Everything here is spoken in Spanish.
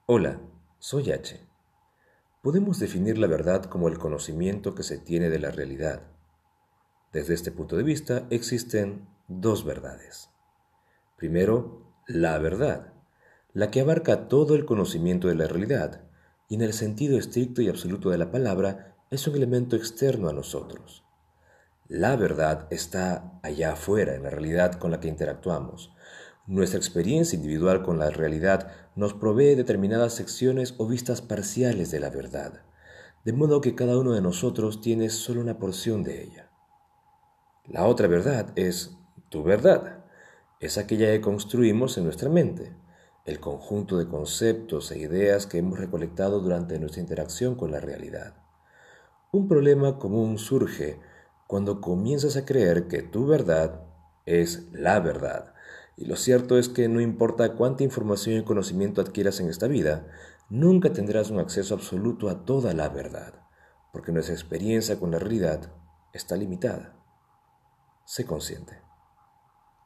Hola, soy H. Podemos definir la verdad como el conocimiento que se tiene de la realidad. Desde este punto de vista existen dos verdades. Primero, la verdad, la que abarca todo el conocimiento de la realidad y en el sentido estricto y absoluto de la palabra es un elemento externo a nosotros. La verdad está allá afuera, en la realidad con la que interactuamos. Nuestra experiencia individual con la realidad nos provee determinadas secciones o vistas parciales de la verdad, de modo que cada uno de nosotros tiene solo una porción de ella. La otra verdad es tu verdad, es aquella que construimos en nuestra mente, el conjunto de conceptos e ideas que hemos recolectado durante nuestra interacción con la realidad. Un problema común surge cuando comienzas a creer que tu verdad es la verdad. Y lo cierto es que no importa cuánta información y conocimiento adquieras en esta vida, nunca tendrás un acceso absoluto a toda la verdad, porque nuestra experiencia con la realidad está limitada. Sé consciente.